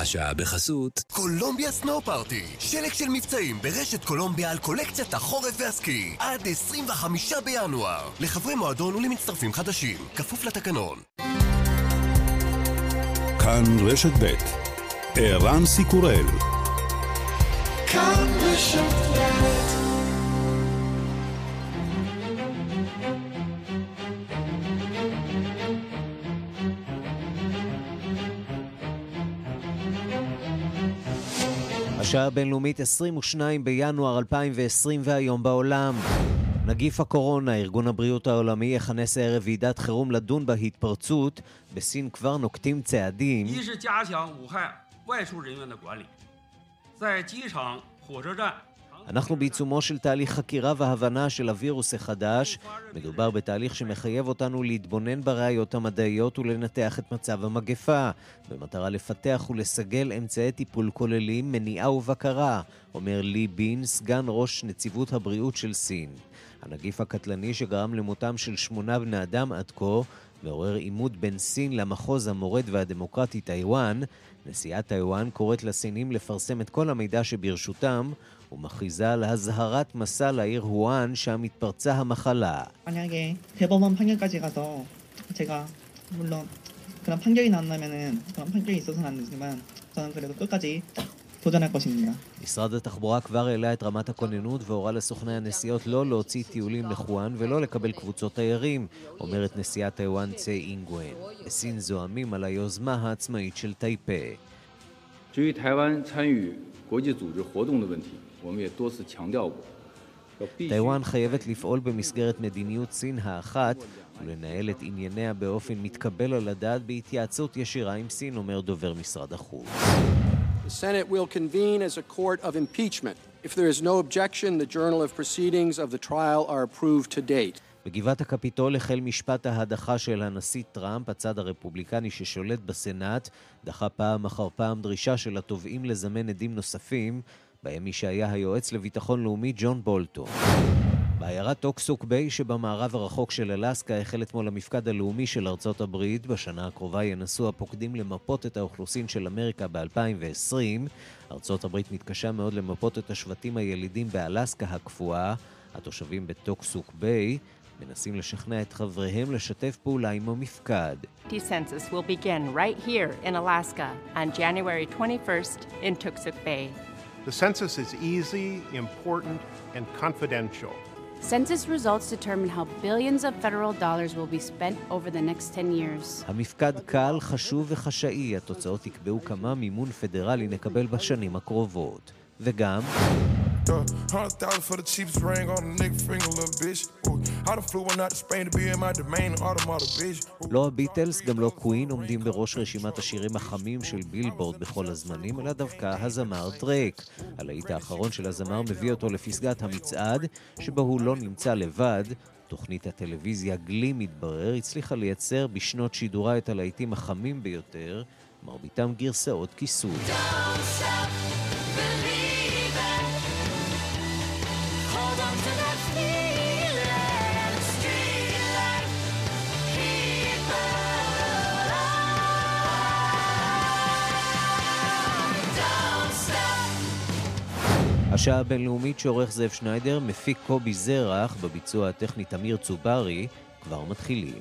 השעה בחסות קולומביה סנואו פארטי, שלג של מבצעים ברשת קולומביה על קולקציית החורף והסקי עד 25 בינואר לחברי מועדון ולמצטרפים חדשים, כפוף לתקנון. כאן רשת ב' ערן סיקורל. כאן רשת ב'. השעה הבינלאומית 22 בינואר 2020 והיום בעולם. נגיף הקורונה, ארגון הבריאות העולמי יכנס הערב ועידת חירום לדון בהתפרצות. בסין כבר נוקטים צעדים. אנחנו בעיצומו של תהליך חקירה והבנה של הווירוס החדש. מדובר בתהליך שמחייב אותנו להתבונן בראיות המדעיות ולנתח את מצב המגפה, במטרה לפתח ולסגל אמצעי טיפול כוללים, מניעה ובקרה, אומר לי בין, סגן ראש נציבות הבריאות של סין. הנגיף הקטלני שגרם למותם של 8 בני אדם עד כה, מעורר עימות בין סין למחוז המורד והדמוקרטי טיואן. נשיאת טיואן קוראת לסינים לפרסם את כל המידע שברשותם, ומכריזה על הזהרת מסע לעיר הואן שם התפרצה המחלה. 만약에 대법원 판결까지 가서 제가 물론 그런 판결이 나온다면은 그런 판결이 있어서는 안 되지만 저는 그래도 끝까지 도전할 것입니다. משרד התחבורה כבר העלה את רמת הכוננות והורה לסוכני הנסיעות לא להוציא טיולים לחואן ולא לקבל קבוצות תיירים, אומרת נשיאת טיואן צי אינגואן. בסין זועמים על היוזמה העצמאית של טייפה. 至于台湾参与国际组织活动的问题，我们也多次强调过。 טיואן חייבת לפעול במסגרת מדיניות סין האחת ולנהל את ענייניה באופן מתקבל על הדעת בהתייעצות ישירה עם סין, אומר דובר משרד החוץ. The Senate will convene as a court of impeachment. If there is no objection, the journal of proceedings of the trial are approved to date. בגבעת הקפיטול החל משפט ההדחה של הנשיא טראמפ. הצד הרפובליקני ששולט בסנאט דחה פעם אחר פעם דרישה של התובעים לזמן עדים נוספים, בהם מי שהיה היועץ לביטחון לאומי ג'ון בולטון. בעיירת טוקסוק ביי שבמערב הרחוק של אלסקה החל אתמול המפקד הלאומי של ארצות הברית. בשנה הקרובה ינסו הפוקדים למפות את האוכלוסין של אמריקה ב-2020. ארצות הברית מתקשה מאוד למפות את השבטים הילידים באלסקה הקפואה. התושבים בטוקסוק ביי מנסים לשכנע את חבריהם לשתף פעולה עם המפקד. The census will begin right here in Alaska on January 21st in Toksook Bay. The census is easy, important, and confidential. Census results determine how billions of federal dollars will be spent over the next 10 years. המפקד קל, חשוב וחשאי. התוצאות יקבעו כמה מימון פדרלי נקבל בשנים הקרובות. וגם $100,000 for the cheapest ring on the nigga finger, little bitch. I done flew one out to Spain to be in my domain automata, bitch. לא הביטלס, גם לא קווין עומדים בראש רשימת השירים החמים של בילבורד בכל הזמנים, אלא דווקא הזמר דרייק. הלהיט האחרון של הזמר מביא אותו לפסגת המצעד, שבו הוא לא נמצא לבד. תוכנית הטלוויזיה גלי, מתברר, הצליחה לייצר בשנות שידורה את הלהיטים החמים ביותר, מרביתם גרסאות כיסוי. השעה הבינלאומית שעורך זאב שניידר, מפיק קובי זרח, בביצוע הטכני תמיר צוברי, כבר מתחילים.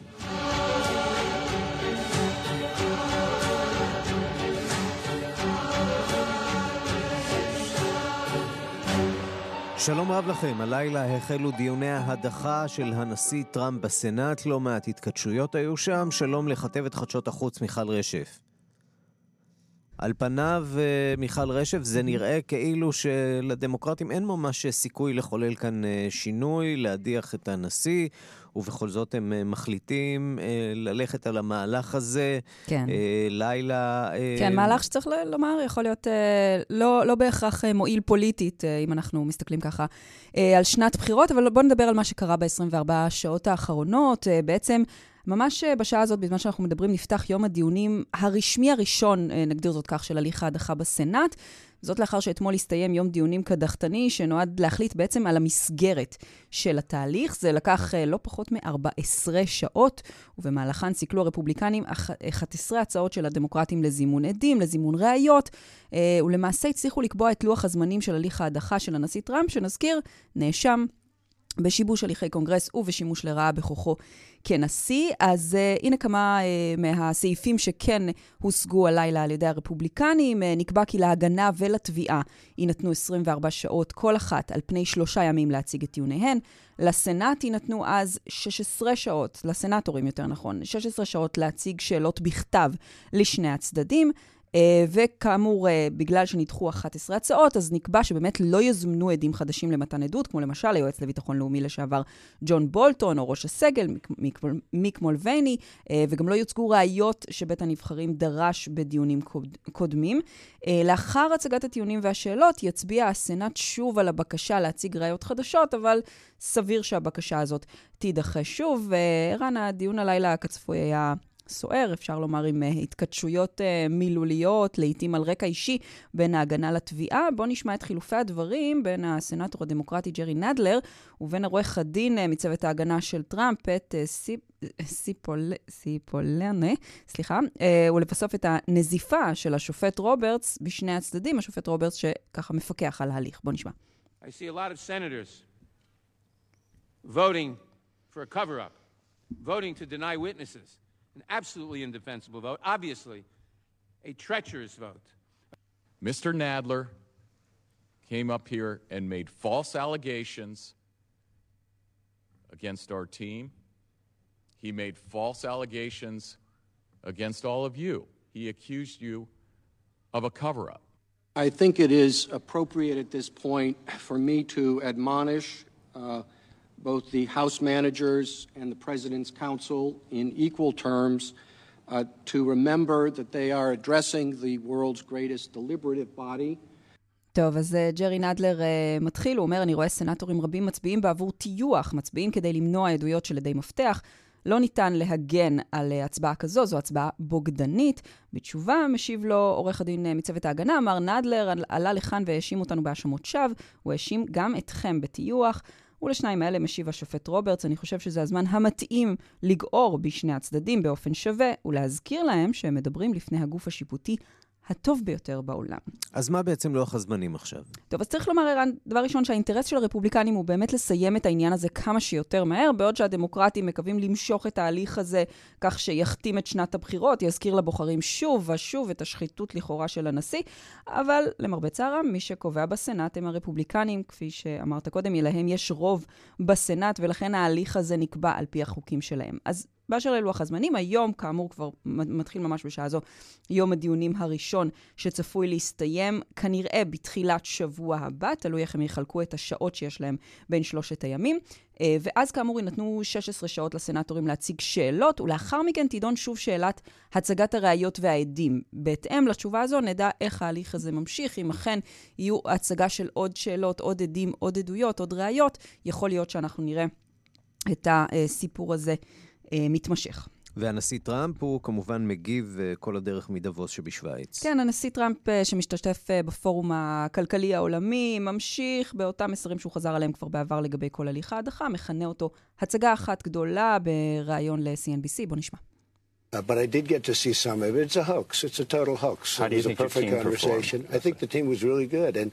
שלום רב לכם, הלילה החלו דיוני ההדחה של הנשיא טראמפ בסנאט, לא מעט התכתשויות היו שם. שלום לכתבת חדשות החוץ מיכל רשף. על פניו, מיכל רשף, זה נראה כאילו שלדמוקרטים אין ממש סיכוי לחולל כאן שינוי, להדיח את הנשיא, ובכל זאת הם מחליטים ללכת על המהלך הזה. כן. לילה... כן, מהלך שצריך לומר, יכול להיות לא בהכרח מועיל פוליטית, אם אנחנו מסתכלים ככה, על שנת בחירות, אבל בואו נדבר על מה שקרה ב-24 שעות האחרונות. בעצם ממש בשעה הזאת, בזמן שאנחנו מדברים, נפתח יום הדיונים הרשמי הראשון, נגדיר זאת כך, של הליך ההדחה בסנאט. זאת לאחר שאתמול הסתיים יום דיונים קדחתני, שנועד להחליט בעצם על המסגרת של התהליך. זה לקח לא פחות מ-14 שעות, ובמהלכן סיכלו הרפובליקנים 11 הצעות של הדמוקרטים לזימון עדים, לזימון ראיות, ולמעשה הצליחו לקבוע את לוח הזמנים של הליך ההדחה של הנשיא טראמפ, שנזכיר, נאשם בשיבוש הליכי קונגרס ובשימוש לרעה בכוחו כנשיא. אז הנה כמה מהסעיפים שכן הושגו הלילה על ידי הרפובליקנים. נקבע כי להגנה ולתביעה יינתנו 24 שעות כל אחת על פני 3 ימים להציג את טיעוניהן. לסנאט יינתנו אז 16 שעות, לסנאטורים יותר נכון, 16 שעות להציג שאלות בכתב לשני הצדדים. וכאמור, בגלל שנדחו 11 הצעות, אז נקבע שבאמת לא יזומנו עדים חדשים למתן עדות, כמו למשל היועץ לביטחון לאומי לשעבר ג'ון בולטון, או ראש הסגל, מיק מולבייני, וגם לא יוצגו ראיות שבית הנבחרים דרש בדיונים קודמים. לאחר הצגת הטיעונים והשאלות, יצביע הסנאט שוב על הבקשה להציג ראיות חדשות, אבל סביר שהבקשה הזאת תידחה שוב. ערן, הדיון הלילה כצפוי היה סוער, אפשר לומר, עם התקדשויות מילוליות, לעתים על רקע אישי, בין ההגנה לתביעה. בוא נשמע את חילופי הדברים בין הסנאטור הדמוקרטי ג'רי נדלר, ובין העורך הדין מצוות ההגנה של טראמפ, את סיפולנה, ולבסוף את הנזיפה של השופט רוברטס בשני הצדדים, השופט רוברטס שככה מפקח על ההליך. בוא נשמע. I see a lot of senators voting for a cover-up, voting to deny witnesses. An absolutely indefensible vote, obviously a treacherous vote. Mr. Nadler came up here and made false allegations against our team. He made false allegations against all of you. He accused you of a cover-up. I think it is appropriate at this point for me to admonish both the House managers and the President's Council in equal terms to remember that they are addressing the world's greatest deliberative body. טוב, אז ג'רי נדלר מתחיל, הוא אומר, אני רואה סנטורים רבים מצביעים בעבור טיוח, מצביעים כדי למנוע עדויות של עדי מפתח. לא ניתן להגן על הצבעה כזו, זו הצבעה בוגדנית. בתשובה משיב לו עורך הדין מצוות ההגנה, אמר נדלר עלה לכאן והאשים אותנו בהאשמות שווא, הוא האשים גם אתכם בטיוח. ולשניים האלה משיב השופט רוברטס, אני חושב שזה הזמן המתאים לגעור בשני הצדדים באופן שווה, ולהזכיר להם שהם מדברים לפני הגוף השיפוטי הטוב ביותר בעולם. אז מה בעצם לוח הזמנים עכשיו? טוב, אז צריך לומר, ערן, דבר ראשון, שהאינטרס של הרפובליקנים הוא באמת לסיים את העניין הזה כמה שיותר מהר, בעוד שהדמוקרטים מקווים למשוך את ההליך הזה כך שיחתים את שנת הבחירות, יזכיר לבוחרים שוב ושוב את השחיתות לכאורה של הנשיא, אבל למרבה צערם, מי שקובע בסנאט הם הרפובליקנים, כפי שאמרת קודם, להם יש רוב בסנאט, ולכן ההליך הזה נקבע על פי החוקים שלהם. אז באשר ללוח הזמנים, היום, כאמור, כבר מתחיל ממש בשעה זו, יום הדיונים הראשון שצפוי להסתיים, כנראה בתחילת שבוע הבא, תלוי איך הם יחלקו את השעות שיש להם בין 3 הימים, ואז כאמור ינתנו 16 שעות לסנטורים להציג שאלות, ולאחר מכן תידון שוב שאלת הצגת הראיות והעדים. בהתאם לתשובה הזו נדע איך ההליך הזה ממשיך, אם אכן יהיו הצגה של עוד שאלות, עוד עדים, עוד עדויות, עוד ראיות, יכול להיות שאנחנו נראה את הסיפור הזה מתמשך. והנשיא טראמפ הוא כמובן מגיב כל הדרך מדבוס שבשוויץ. כן, הנשיא טראמפ שמשתתף בפורום הכלכלי העולמי, ממשיך באותם מסרים שהוא חזר עליהם כבר בעבר לגבי כל הליך ההדחה, מכנה אותו הצגה אחת גדולה בראיון ל-CNBC. בוא נשמע. But I did get to see some of it. It's a hoax. It's a total hoax. How do you think your team performed? I think the team was really good, and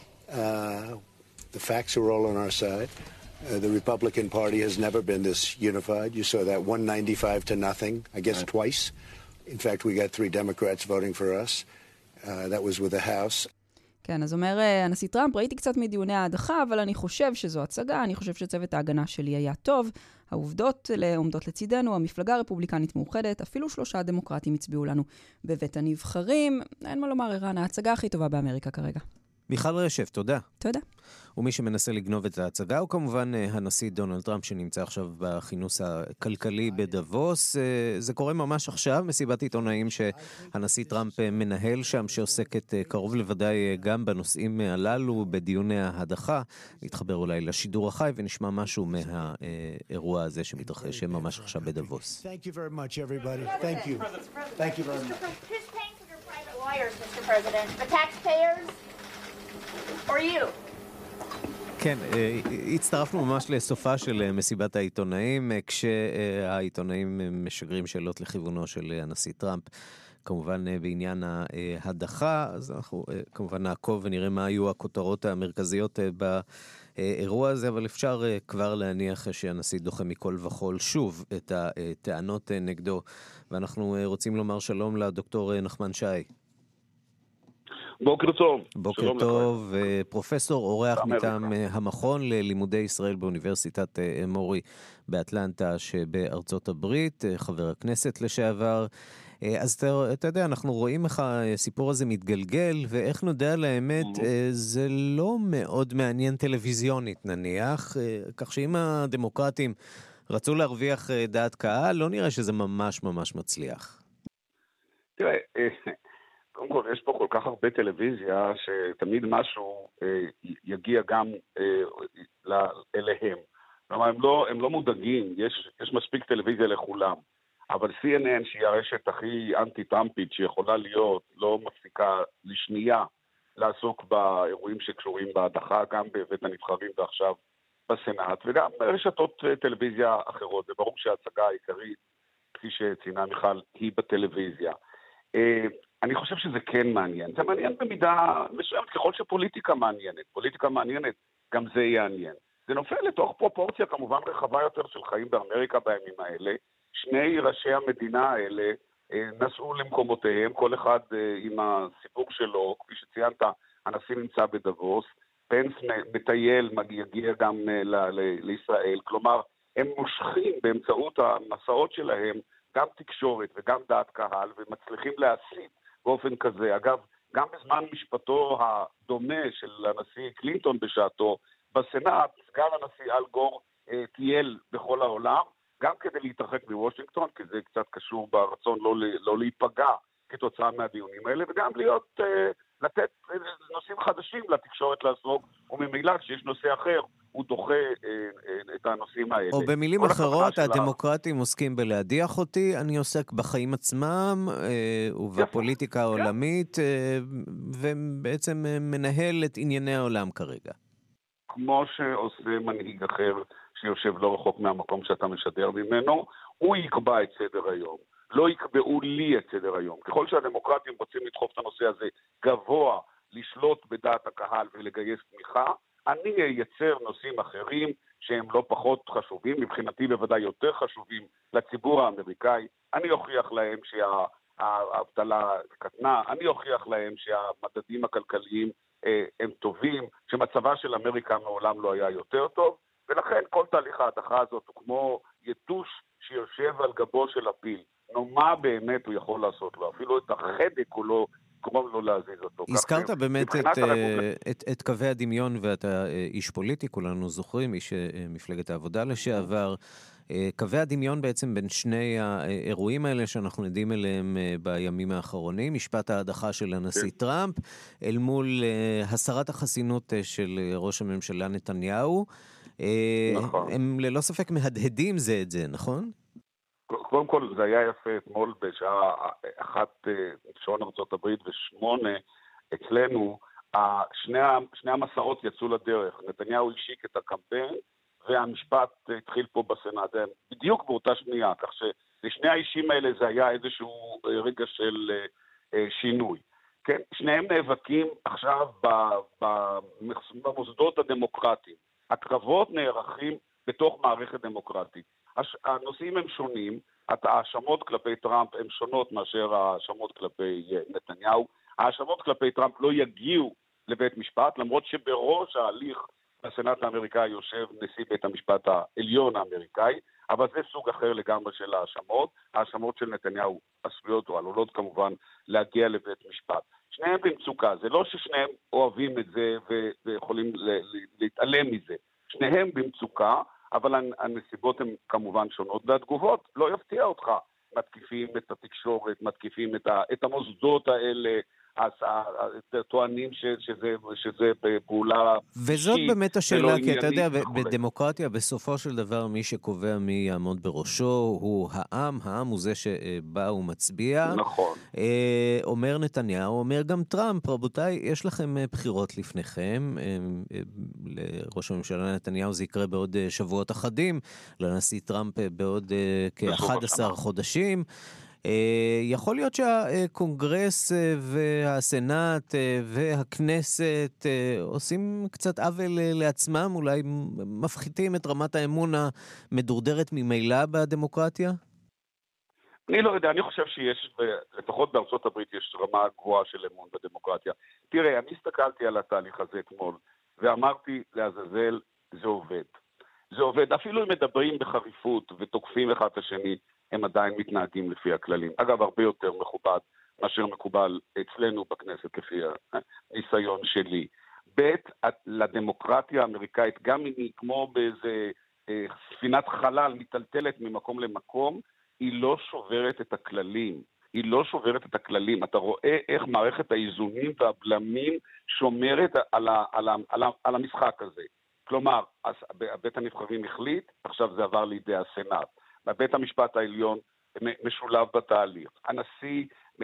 the facts are all on our side. The Republican Party has never been this unified. You saw that 195-0, I guess twice. In fact, we got 3 Democrats voting for us. That was with the House. כן, אז אומר הנשיא טראמפ, ראיתי קצת מדיוני ההדחה, אבל אני חושב שזו הצגה, אני חושב שצוות ההגנה שלי היה טוב. העובדות עומדות לצידנו, המפלגה הרפובליקנית מאוחדת, אפילו 3 דמוקרטים הצביעו לנו בבית הנבחרים. אין מה לומר, ערן, ההצגה הכי טובה באמריקה כרגע. מיכל רשף, תודה. תודה. ומי שמנסה לגנוב את ההצגה הוא כמובן הנשיא דונלד טראמפ שנמצא עכשיו בכינוס הכלכלי בדבוס. זה קורה ממש עכשיו, מסיבת עיתונאים שהנשיא טראמפ מנהל שם, שעוסקת קרוב לוודאי גם בנושאים הללו, בדיוני ההדחה. נתחבר אולי לשידור החי ונשמע משהו מהאירוע הזה שמתרחש ממש עכשיו בדבוס. Thank you very much, everybody. Thank you. Thank you very much. Who's paying for your private lawyers, Mr. President? The taxpayers? Or you? כן, הצטרפנו ממש לסופה של מסיבת העיתונאים, כשהעיתונאים משגרים שאלות לכיוונו של הנשיא טראמפ, כמובן בעניין ההדחה, אז אנחנו כמובן נעקוב ונראה מה היו הכותרות המרכזיות באירוע הזה, אבל אפשר כבר להניח שהנשיא דוחה מכל וכל שוב את הטענות נגדו, ואנחנו רוצים לומר שלום לדוקטור נחמן שי. בוקר טוב. בוקר טוב, פרופסור אורח מטעם המכון ללימודי ישראל באוניברסיטת מורי באטלנטה שבארצות הברית, חבר הכנסת לשעבר. אז אתה יודע, אנחנו רואים איך הסיפור הזה מתגלגל, ואיך נודע לאמת, זה לא מאוד מעניין טלוויזיונית נניח, כך שאם הדמוקרטים רצו להרוויח דעת קהל, לא נראה שזה ממש ממש מצליח. תראה, קודם כל, יש פה כל כך הרבה טלוויזיה שתמיד משהו יגיע גם אליהם. כלומר, הם לא מודאגים, יש מספיק טלוויזיה לכולם. אבל CNN, שהיא הרשת הכי אנטי-טראמפית שיכולה להיות, לא מפסיקה לשנייה לעסוק באירועים שקשורים בהדחה, גם בבית הנבחרים ועכשיו בסנאט, וגם רשתות טלוויזיה אחרות. זה ברור שההצגה העיקרית, כפי שציינה מיכל, היא בטלוויזיה. אני חושב שזה כן מעניין. זה מעניין במידה מסוימת, ככל שפוליטיקה מעניינת. פוליטיקה מעניינת, גם זה יעניין. זה נופל לתוך פרופורציה כמובן רחבה יותר של חיים באמריקה בימים האלה. שני ראשי המדינה האלה נסעו למקומותיהם, כל אחד עם הסיפור שלו, כפי שציינת, הנשיא נמצא בדבוס, פנס מטייל, יגיע גם לישראל, כלומר, הם מושכים באמצעות המסעות שלהם גם תקשורת וגם דעת קהל, ומצליחים להסיט באופן כזה. אגב, גם בזמן משפטו הדומה של הנשיא קלינטון בשעתו, בסנאט, סגן הנשיא אל גור טייל בכל העולם, גם כדי להתרחק מוושינגטון, כי זה קצת קשור ברצון לא להיפגע כתוצאה מהדיונים האלה, וגם לתת נושאים חדשים לתקשורת לעסוק, וממילא כשיש נושא אחר, הוא דוחה את הנושאים האלה. או במילים אחרות, הדמוקרטים עוסקים בלהדיח אותי, אני עוסק בחיים עצמם ובפוליטיקה העולמית, ובעצם מנהל את ענייני העולם כרגע. כמו שעושה מנהיג אחר שיושב לא רחוק מהמקום שאתה משדר ממנו, הוא יקבע את סדר היום. לא יקבעו לי את סדר היום. ככל שהדמוקרטים רוצים לדחוף את הנושא הזה גבוה, לשלוט בדעת הקהל ולגייס תמיכה, אני אייצר נושאים אחרים שהם לא פחות חשובים, מבחינתי בוודאי יותר חשובים לציבור האמריקאי. אני אוכיח להם שהאבטלה קטנה, אני אוכיח להם שהמדדים הכלכליים הם טובים, שמצבה של אמריקה מעולם לא היה יותר טוב, ולכן כל תהליך ההדחה הזאת הוא כמו יתוש שיושב על גבו של הפיל. נו, מה באמת הוא יכול לעשות לו? אפילו את החדק הוא לא, כמו לא להזיז אותו. הזכרת באמת את קווי הדמיון, ואתה איש פוליטי, כולנו זוכרים, איש מפלגת העבודה לשעבר. קווי הדמיון בעצם בין שני האירועים האלה שאנחנו עדים אליהם בימים האחרונים, משפט ההדחה של הנשיא טראמפ, אל מול הסרת החסינות של ראש הממשלה נתניהו. נכון. הם ללא ספק מהדהדים זה את זה, נכון? קודם כל זה היה יפה אתמול בשעה 1 שעון ארצות הברית ו8 אצלנו, שני המסעות יצאו לדרך. נתניהו השיק את הקמפיין והמשפט התחיל פה בסנאט, בדיוק באותה שנייה, כך שלשני האישים האלה זה היה איזשהו רגע של שינוי. כן, שניהם נאבקים עכשיו במוסדות הדמוקרטיים. הקרבות נערכים בתוך מערכת דמוקרטית. הנושאים הם שונים, ההאשמות כלפי טראמפ הן שונות מאשר ההאשמות כלפי נתניהו. ההאשמות כלפי טראמפ לא יגיעו לבית משפט, למרות שבראש ההליך בסנאט האמריקאי יושב נשיא בית המשפט העליון האמריקאי, אבל זה סוג אחר לגמרי של ההאשמות. ההאשמות של נתניהו עשויות או עלולות כמובן להגיע לבית משפט. שניהם במצוקה. זה לא ששניהם אוהבים את זה ויכולים להתעלם מזה. שניהם במצוקה, אבל הנסיבות הן כמובן שונות, והתגובות לא יפתיע אותך. מתקיפים את התקשורת, מתקיפים את המוסדות האלה, טוענים שזה פעולה... וזאת באמת השאלה, כי אתה יודע, בדמוקרטיה בסופו של דבר מי שקובע מי יעמוד בראשו הוא העם הוא זה שבא ומצביע. נכון. אומר נתניהו, אומר גם טראמפ, רבותיי, יש לכם בחירות לפניכם, לראש הממשלה נתניהו זה יקרה בעוד שבועות אחדים, לנשיא טראמפ בעוד כ-11 חודשים. יכול להיות שהקונגרס והסנאט והכנסת עושים קצת עוול לעצמם, אולי מפחיתים את רמת האמון המדורדרת ממילא בדמוקרטיה? אני לא יודע, אני חושב שיש, לפחות בארצות הברית יש רמה גבוהה של אמון בדמוקרטיה. תראה, אני הסתכלתי על התהליך הזה אתמול, ואמרתי לעזאזל, זה עובד. זה עובד, אפילו אם מדברים בחריפות ותוקפים אחד את השני, הם עדיין מתנהגים לפי הכללים. אגב, הרבה יותר מכובד מאשר מקובל אצלנו בכנסת לפי הניסיון שלי. לדמוקרטיה האמריקאית, גם אם היא כמו באיזה ספינת חלל מטלטלת ממקום למקום, היא לא שוברת את הכללים. היא לא שוברת את הכללים. אתה רואה איך מערכת האיזונים והבלמים שומרת על המשחק הזה. כלומר, בית הנבחרים החליט, עכשיו זה עבר לידי הסנאט. בבית המשפט העליון משולב בתהליך. הנשיא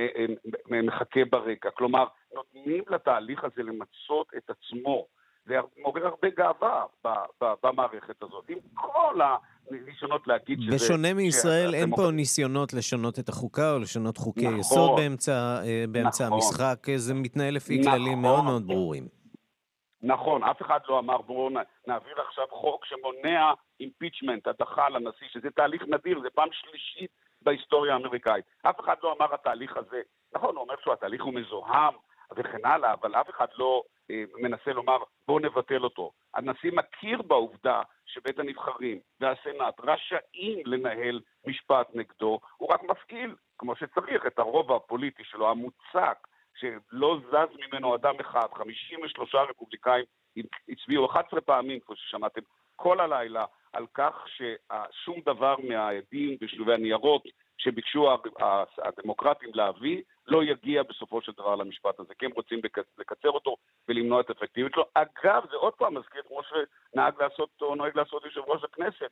מחכה ברקע. כלומר, נותנים לתהליך הזה למצות את עצמו. זה מעורר הרבה גאווה במערכת הזאת. עם כל הניסיונות להגיד שזה... בשונה מישראל, אין פה ניסיונות לשנות את החוקה או לשנות חוקי יסוד באמצע המשחק. זה מתנהל לפי כללים מאוד מאוד ברורים. נכון, אף אחד לא אמר בואו נעביר עכשיו חוק שמונע אימפיצ'מנט, הדחה לנשיא, שזה תהליך נדיר, זה פעם שלישית בהיסטוריה האמריקאית. אף אחד לא אמר התהליך הזה, נכון, הוא אומר שהתהליך הוא מזוהם וכן הלאה, אבל אף אחד לא מנסה לומר בואו נבטל אותו. הנשיא מכיר בעובדה שבית הנבחרים והסנאט רשאים לנהל משפט נגדו, הוא רק מפעיל, כמו שצריך, את הרוב הפוליטי שלו, המוצק, שלא זז ממנו אדם אחד. 53 רפובליקאים הצביעו 11 פעמים, כמו ששמעתם, כל הלילה, על כך ששום דבר מהעדים בשלובי הניירות שביקשו הדמוקרטים להביא, לא יגיע בסופו של דבר למשפט הזה, כי הם רוצים לקצר אותו ולמנוע את האפקטיביות שלו. אגב, זה עוד פעם מזכיר, כמו שנהג לעשות, או נוהג לעשות יושב ראש הכנסת,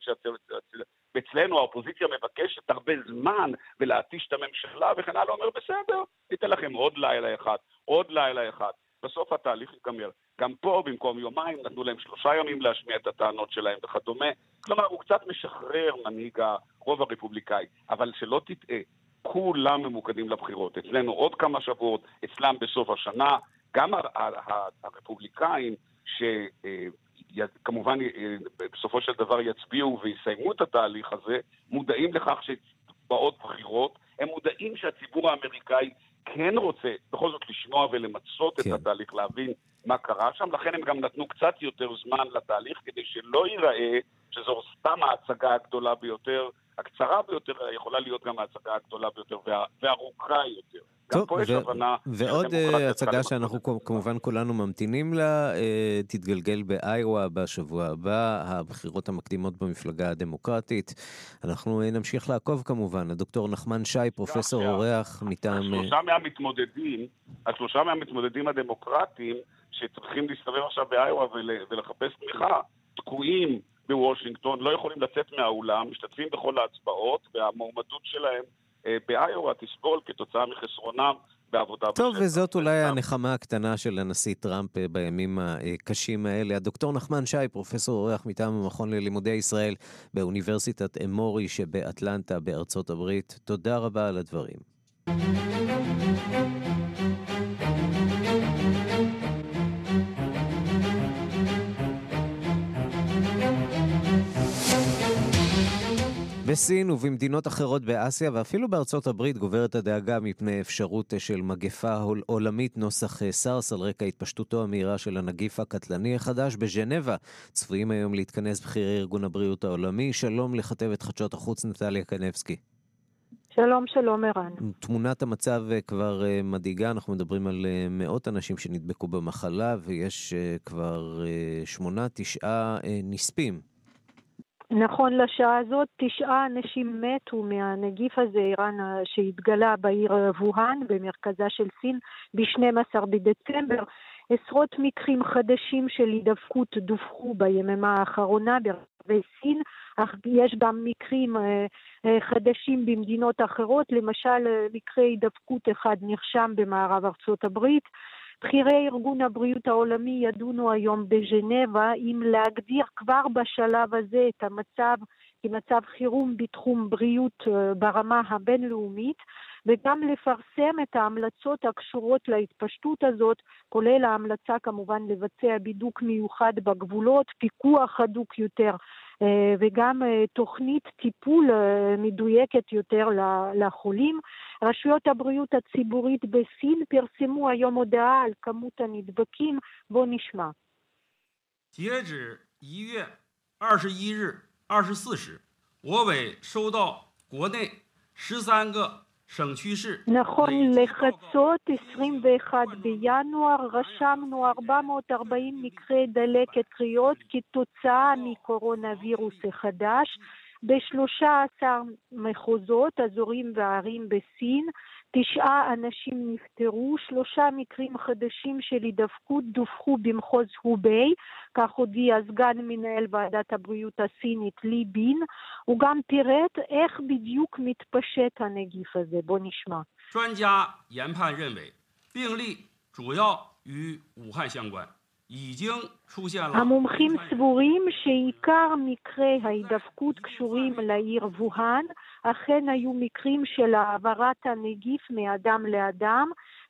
שאצלנו האופוזיציה מבקשת הרבה זמן ולהטיש את הממשלה, וכן הלאה אומר, בסדר, ניתן לכם עוד לילה אחד. בסוף התהליך ייגמר. גם פה, במקום יומיים, נתנו להם 3 ימים להשמיע את הטענות שלהם וכדומה. כלומר, הוא קצת משחרר מנהיג הרוב הרפובליקאי, אבל שלא תטעה, כולם ממוקדים לבחירות. אצלנו עוד כמה שבועות, אצלם בסוף השנה, גם הרפובליקאים שכמובן בסופו של דבר יצביעו ויסיימו את התהליך הזה, מודעים לכך שבאות בחירות, הם מודעים שהציבור האמריקאי כן רוצה בכל זאת לשמוע ולמצות את התהליך, להבין מה קרה שם, לכן הם גם נתנו קצת יותר זמן לתהליך, כדי שלא ייראה שזו סתם ההצגה הגדולה ביותר, הקצרה ביותר, יכולה להיות גם ההצגה הגדולה ביותר והארוכה יותר. טוב, ועוד הצגה שאנחנו כמובן כולנו ממתינים לה, תתגלגל באיואה בשבוע הבא, הבחירות המקדימות במפלגה הדמוקרטית. אנחנו נמשיך לעקוב כמובן. הדוקטור נחמן שי, פרופסור אורח מטעם... השלושה מהמתמודדים הדמוקרטיים שצריכים להסתובב עכשיו באיואה ולחפש תמיכה, תקועים בוושינגטון, לא יכולים לצאת מהאולם, משתתפים בכל ההצבעות, והמועמדות שלהם באיואה תסבול כתוצאה מחסרונם בעבודה. טוב, וזאת אולי הנחמה הקטנה של הנשיא טראמפ בימים הקשים האלה. הדוקטור נחמן שי, פרופסור אורח מטעם המכון ללימודי ישראל באוניברסיטת אמורי שבאטלנטה בארצות הברית, תודה רבה על הדברים. בסין ובמדינות אחרות באסיה ואפילו בארצות הברית גוברת הדאגה מפני אפשרות של מגפה עולמית נוסח סארס על רקע התפשטותו המהירה של הנגיף הקטלני החדש. בז'נבה צפויים היום להתכנס בכירי ארגון הבריאות העולמי. שלום לכתבת חדשות החוץ נטליה קנבסקי. שלום, שלום, ערן. תמונת המצב כבר מדאיגה, אנחנו מדברים על מאות אנשים שנדבקו במחלה, ויש כבר 8-9 נספים. נכון לשעה הזאת, 9 אנשים מתו מהנגיף הזה, ערן, שהתגלה בעיר ווהאן, במרכזה של סין, ב-12 בדצמבר. עשרות מקרים חדשים של הידבקות דווחו ביממה האחרונה ברחבי סין, אך יש גם מקרים חדשים במדינות אחרות, למשל מקרה הידבקות אחד נרשם במערב ארצות הברית. בכירי ארגון הבריאות העולמי ידונו היום בז'נבה אם להגדיר כבר בשלב הזה את המצב כמצב חירום בתחום בריאות ברמה הבינלאומית, וגם לפרסם את ההמלצות הקשורות להתפשטות הזאת, כולל ההמלצה כמובן לבצע בידוק מיוחד בגבולות, פיקוח הדוק יותר, וגם תוכנית טיפול מדויקת יותר לחולים. רשויות הבריאות הציבורית בסין פרסמו היום הודעה על כמות הנדבקים, בוא נשמע. 截止1月21日24时，我委收到国内13个 נכון לחצות 21 בינואר רשמנו 440 מקרי דלקת ריאות כתוצאה מקורונה וירוס החדש ב-13 מחוזות, אזורים וערים בסין. 9 אנשים נפטרו, 3 מקרים חדשים של הידבקות דווחו במחוז הובי, כך הודיע סגן מנהל ועדת הבריאות הסינית לי בין. הוא גם פירט איך בדיוק מתפשט הנגיף הזה. בוא נשמע. 专家研判认为病例主要与武汉相关，已经出现了 המומחים סבורים שעיקר מקרי ההידבקות קשורים לעיר ווהאן, אכן היו מקרים של העברת הנגיף מאדם לאדם,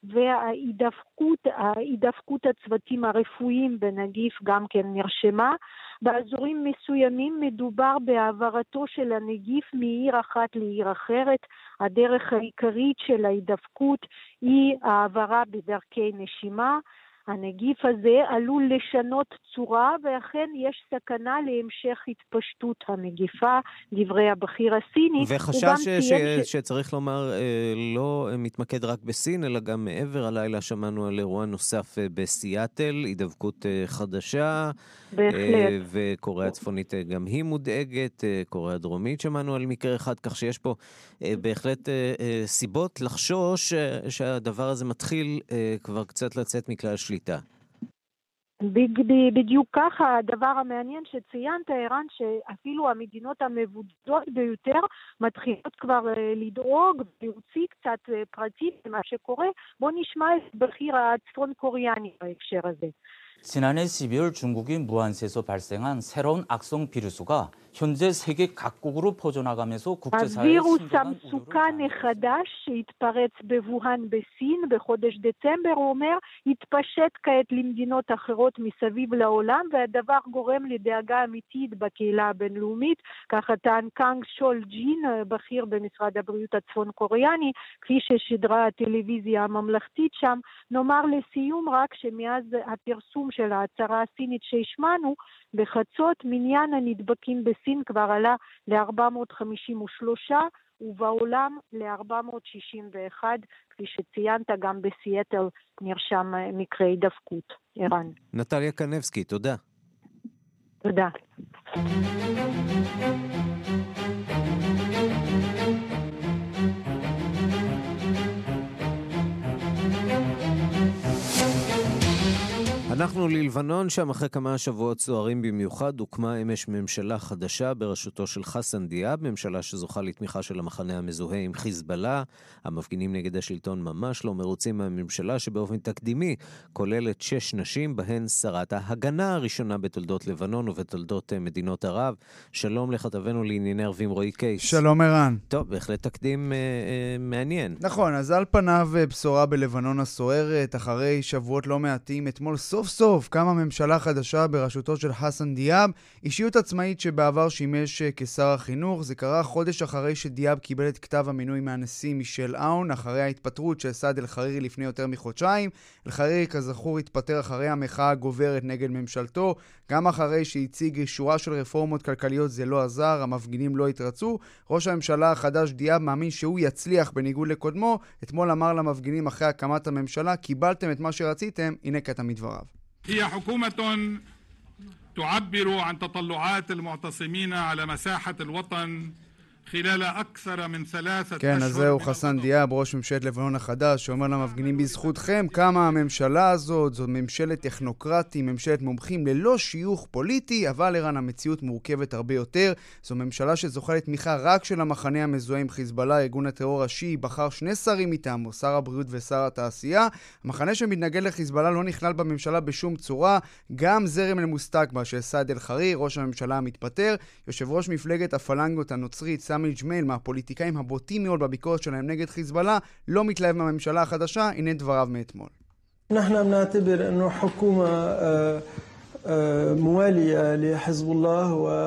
וההידבקות הצוותים הרפואיים בנגיף גם כן נרשמה. באזורים מסוימים מדובר בהעברתו של הנגיף מעיר אחת לעיר אחרת. הדרך העיקרית של ההידבקות היא העברה בדרכי נשימה. הנגיף הזה עלול לשנות צורה, ואכן יש סכנה להמשך התפשטות המגיפה, דברי הבכיר הסיני. וחשש שצריך לומר לא מתמקד רק בסין, אלא גם מעבר. הלילה שמענו על אירוע נוסף בסיאטל, הידבקות חדשה. בהחלט. וקוריאה הצפונית גם היא מודאגת, קוריאה הדרומית שמענו על מקרה אחד, כך שיש פה בהחלט סיבות לחשוש שהדבר הזה מתחיל כבר קצת לצאת מכלל שליטה. בדיוק ככה. הדבר המעניין שציינת, ערן, שאפילו המדינות המבודדות ביותר מתחילות כבר לדאוג, להוציא קצת פרטים למה שקורה. בוא נשמע את בכיר הצפון קוריאני בהקשר הזה. 지난해 12월 중국이 무안시에서 발생한 새로운 악성 비루스가 현재 세계 각국으로 퍼져나가면서 국제사회에 הווירוס המסוכן החדש שהתפרץ בווהאן בסין בחודש דצמבר, הוא אומר, התפשט כעת למדינות אחרות מסביב לעולם, והדבר גורם לדאגה אמיתית בקהילה הבינלאומית. ככה טען קאנג שול ג'ין, בכיר במשרד הבריאות הצפון קוריאני, כפי ששדרה הטלוויזיה הממלכתית שם. נאמר לסיום רק שמאז הפרסום של ההצהרה הסינית שהשמענו בחצות, מניין הנדבקים בסין כבר עלה ל-453 ובעולם ל-461, כפי שציינת גם בסיאטל נרשם מקרה הידבקות. ערן. נטליה קנבסקי, תודה. תודה. אנחנו ללבנון, שם אחרי כמה שבועות סוערים במיוחד הוקמה אמש ממשלה חדשה בראשותו של חסן דיאב, ממשלה שזוכה לתמיכה של המחנה המזוהה עם חיזבאללה. המפגינים נגד השלטון ממש לא מרוצים מהממשלה שבאופן תקדימי כוללת 6 נשים, בהן שרת ההגנה הראשונה בתולדות לבנון ובתולדות מדינות ערב. שלום לכתבנו לענייני ערבים רועי קייס. שלום ערן. טוב, בהחלט תקדים מעניין. נכון, אז על פניו בשורה בלבנון הסוערת, אחרי שבועות לא מעטים, אתמול סוף סוף קמה ממשלה חדשה בראשותו של חסן דיאב, אישיות עצמאית שבעבר שימש כשר החינוך. זה קרה חודש אחרי שדיאב קיבל את כתב המינוי מהנשיא מישל און, אחרי ההתפטרות של סעד אל-חרירי לפני יותר מחודשיים. אל-חרירי כזכור התפטר אחרי המחאה הגוברת נגד ממשלתו, גם אחרי שהציג שורה של רפורמות כלכליות זה לא עזר, המפגינים לא התרצו. ראש הממשלה החדש דיאב מאמין שהוא יצליח בניגוד לקודמו. אתמול אמר למפגינים אחרי הקמת הממשלה, קיבלתם את מה שרציתם, הנה קטע מדבריו. هي حكومة تعبر عن تطلعات المعتصمين على مساحة الوطن خلال أكثر من 3 כן, אז זהו חסן דיאב, ראש ממשלת לבנון החדש, שאומר למפגינים, בזכותכם קמה הממשלה הזאת, זו ממשלת טכנוקרטית, ממשלת מומחים ללא שיוך פוליטי, אבל איראן המציאות מורכבת הרבה יותר. זו ממשלה שזוכה לתמיכה רק של המחנה המזוהה עם חיזבאללה, ארגון הטרור השיעי, בחר 2 שרים מטעמו, שר הבריאות ושר התעשייה. המחנה שמתנגד לחיזבאללה לא נכלל בממשלה בשום צורה, גם זרם אל-מוסתקבה של סעד אל-חרירי, ראש הממשלה המתפטר, יושב ראש מפלגת הפלנגות הנוצרית, סמי ג'מייל, מהפוליטיקאים הבוטים מאוד בביקורת שלהם נגד חיזבאללה, לא מתלהב מהממשלה החדשה. הנה דבריו מאתמול. אנחנו נעتبر انه حكومه مواليه لحزب الله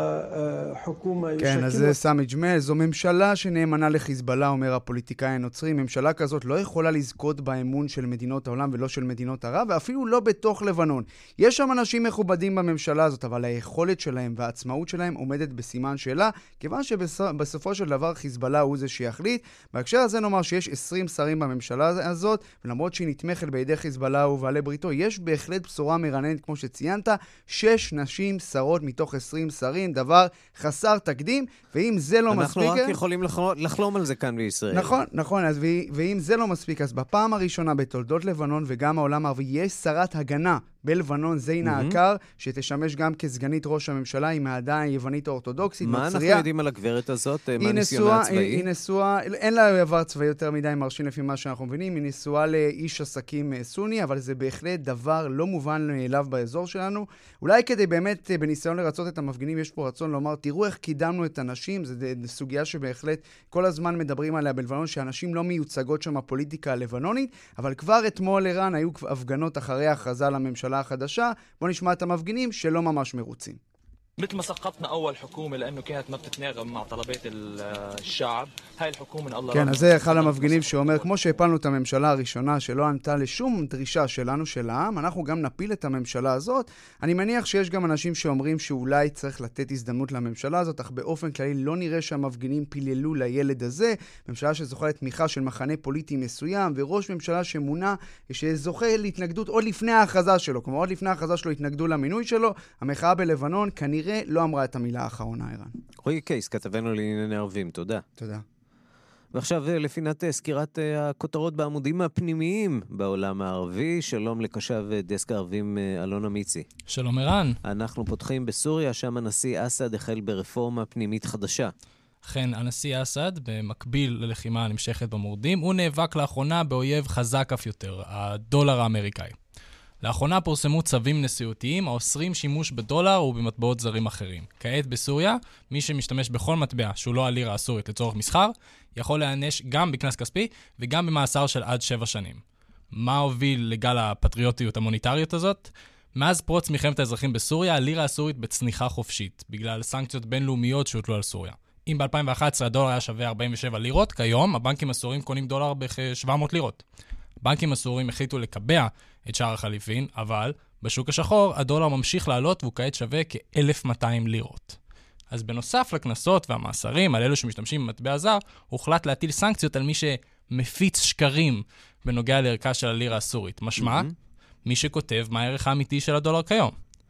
وحكومه כן, אז זה סמי ג'מייל, זו ממשלה שנאמנה לחיזבאללה, אומר הפוליטיקאי הנוצרי. ממשלה כזאת לא יכולה לזכות באמון של מדינות העולם ולא של מדינות ערב, ואפילו לא בתוך לבנון. יש שם אנשים מכובדים בממשלה הזאת, אבל היכולת שלהם והעצמאות שלהם עומדת בסימן שאלה, כיוון שבסופו של דבר חיזבאללה הוא זה שיחליט. בהקשר הזה נאמר שיש 20 שרים בממשלה הזאת, ולמרות שהיא נתמכת בידי חיזבאללה ובעלי בריתו, יש בהחלט בשורה מרעננת, כמו שציינת, 6 נשים שרות מתוך 20 שרים, דבר חסר תקדים, ואם זה לא מספיק... אנחנו רק יכולים לחלום על זה כאן בישראל. נכון, אז ואם זה לא מספיק, אז בפעם הראשונה בתולדות לבנון וגם העולם הערבי, יש שרת הגנה בלבנון, זינה עקר, שתשמש גם כסגנית ראש הממשלה, עם העדה היוונית האורתודוקסית. מה אנחנו יודעים על הגברת הזאת? מה ניסיונה הצבאי? היא נשואה, אין לה עבר צבאי יותר מדי מרשים לפי מה שאנחנו מבינים, היא נשואה לאיש עסקים סוני, אבל זה בהחלט דבר לא מובן מאליו באזור שלנו. אולי כדי באמת, בניסיון לרצות את המפגינים, יש פה רצון לומר, תראו איך קידמנו את הנשים, זו סוגיה שבהחלט כל הזמן מדברים עליה בלבנון, שאנשים לא מיוצגות שם הפוליטיקה הלבנונית, אבל כבר אתמול איראן היו הפגנות אחרי ההכרזה לממשלה החדשה. בוא נשמע את המפגינים שלא ממש מרוצים. مثل ما سقطنا أول حكومة لأنه كانت ما بتتناغم مع طلبات الشعب هاي الحكومة من الله כן, אז זה אחד המפגינים שאומר, כמו שהפלנו את הממשלה הראשונה שלא ענתה לשום דרישה שלנו של העם, אנחנו גם נפיל את הממשלה הזאת. אני מניח שיש גם אנשים שאומרים שאולי צריך לתת הזדמנות לממשלה הזאת, אך באופן כללי לא נראה שהמפגינים פיללו לילד הזה. ממשלה שזוכה לתמיכה של מחנה פוליטי מסוים, וראש ממשלה שמונה שזוכה להתנגדות עוד לפני ההכרזה שלו, כלומר עוד לפני ההכרזה שלו התנגדו למינוי שלו. המחאה בלבנון כנראה לא אמרה את המילה האחרונה, איראן. רועי קייס, כתבנו לענייני ערבים, תודה. תודה. ועכשיו לפינת סקירת הכותרות בעמודים הפנימיים בעולם הערבי. שלום לקשב דסק הערבים אלון אמיצי. שלום ערן. אנחנו פותחים בסוריה, שם הנשיא אסד החל ברפורמה פנימית חדשה. אכן, הנשיא אסד, במקביל ללחימה הנמשכת במורדים, הוא נאבק לאחרונה באויב חזק אף יותר, הדולר האמריקאי. לאחרונה פורסמו צווים נשיאותיים האוסרים שימוש בדולר ובמטבעות זרים אחרים. כעת בסוריה, מי שמשתמש בכל מטבע שהוא לא הלירה הסורית לצורך מסחר, יכול להיענש גם בקנס כספי וגם במאסר של עד 7 שנים. מה הוביל לגל הפטריוטיות המוניטריות הזאת? מאז פרוץ מלחמת האזרחים בסוריה, הלירה הסורית בצניחה חופשית, בגלל סנקציות בינלאומיות שהוטלו על סוריה. אם ב-2011 הדולר היה שווה 47 לירות, כיום הבנקים הסוריים קונים דולר בכ-700 לירות. הבנקים הסוריים החליטו לקבע את שער החליפין, אבל בשוק השחור הדולר ממשיך לעלות והוא כעת שווה כ-1,200 לירות. אז בנוסף לקנסות והמאסרים על אלו שמשתמשים במטבע זר, הוחלט להטיל סנקציות על מי שמפיץ שקרים בנוגע לערכה של הלירה הסורית. משמע, מי שכותב מה הערך האמיתי של הדולר כיום.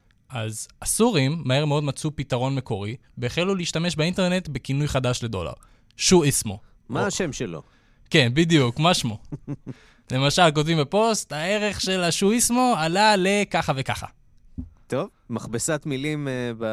אז הסורים מהר מאוד מצאו פתרון מקורי, והחלו להשתמש באינטרנט בכינוי חדש לדולר. שו אסמו. מה השם שלו? כן, בדיוק, מה שמו? למשל, כותבים בפוסט, הערך של השואיסמו עלה לככה וככה. טוב, מכבסת מילים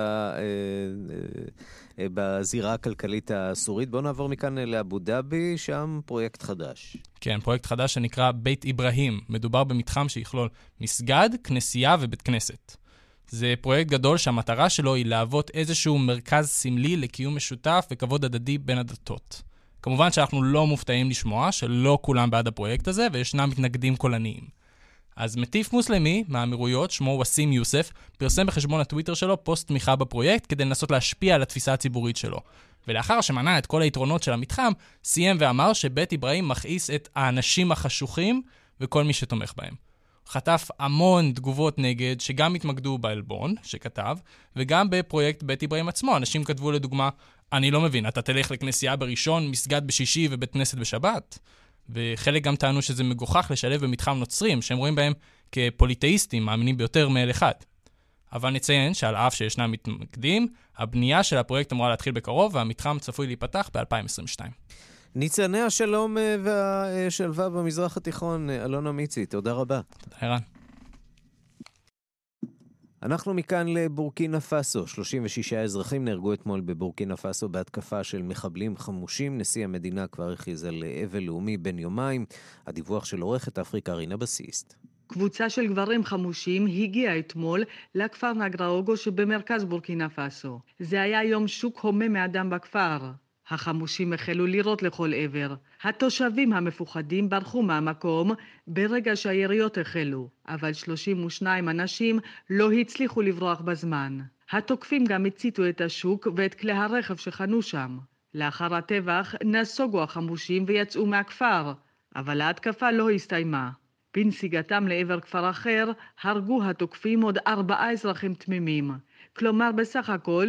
בזירה הכלכלית הסורית. בואו נעבור מכאן לאבו דאבי, שם פרויקט חדש. כן, פרויקט חדש שנקרא בית איברהים. מדובר במתחם שיכלול מסגד, כנסייה ובית כנסת. זה פרויקט גדול שהמטרה שלו היא להוות איזשהו מרכז סמלי לקיום משותף וכבוד הדדי בין הדתות. כמובן שאנחנו לא מופתעים לשמוע שלא כולם בעד הפרויקט הזה, וישנם מתנגדים קולניים. אז מטיף מוסלמי מהאמירויות, שמו וסים יוסף, פרסם בחשבון הטוויטר שלו פוסט תמיכה בפרויקט כדי לנסות להשפיע על התפיסה הציבורית שלו. ולאחר שמנה את כל היתרונות של המתחם, סיים ואמר שבית אברהים מכעיס את האנשים החשוכים וכל מי שתומך בהם. חטף המון תגובות נגד שגם התמקדו באלבון שכתב, וגם בפרויקט בית אברהים עצמו. אנשים כתבו לדוגמה, אני לא מבין, אתה תלך לכנסייה בראשון, מסגד בשישי ובית כנסת בשבת? וחלק גם טענו שזה מגוחך לשלב במתחם נוצרים, שהם רואים בהם כפוליטאיסטים, מאמינים ביותר מאל אחד. אבל נציין שעל אף שישנם מתנגדים, הבנייה של הפרויקט אמורה להתחיל בקרוב, והמתחם צפוי להיפתח ב-2022. ניצני השלום והשלווה במזרח התיכון, אלונה מיצי, תודה רבה. תודה ערן. אנחנו מכאן לבורקינה פאסו. 36 אזרחים נהרגו אתמול בבורקינה פאסו בהתקפה של מחבלים חמושים. נשיא המדינה כבר הכריז על אבל לאומי בין יומיים. הדיווח של עורכת אפריקה רינה בסיסט. קבוצה של גברים חמושים הגיעה אתמול לכפר נגראוגו שבמרכז בורקינה פאסו. זה היה יום שוק הומה מאדם בכפר. החמושים החלו לירות לכל עבר. התושבים המפוחדים ברחו מהמקום ברגע שהיריות החלו, אבל 32 אנשים לא הצליחו לברוח בזמן. התוקפים גם הציתו את השוק ואת כלי הרכב שחנו שם. לאחר הטבח נסוגו החמושים ויצאו מהכפר, אבל ההתקפה לא הסתיימה. בנסיגתם לעבר כפר אחר הרגו התוקפים עוד 4 אזרחים תמימים. כלומר בסך הכל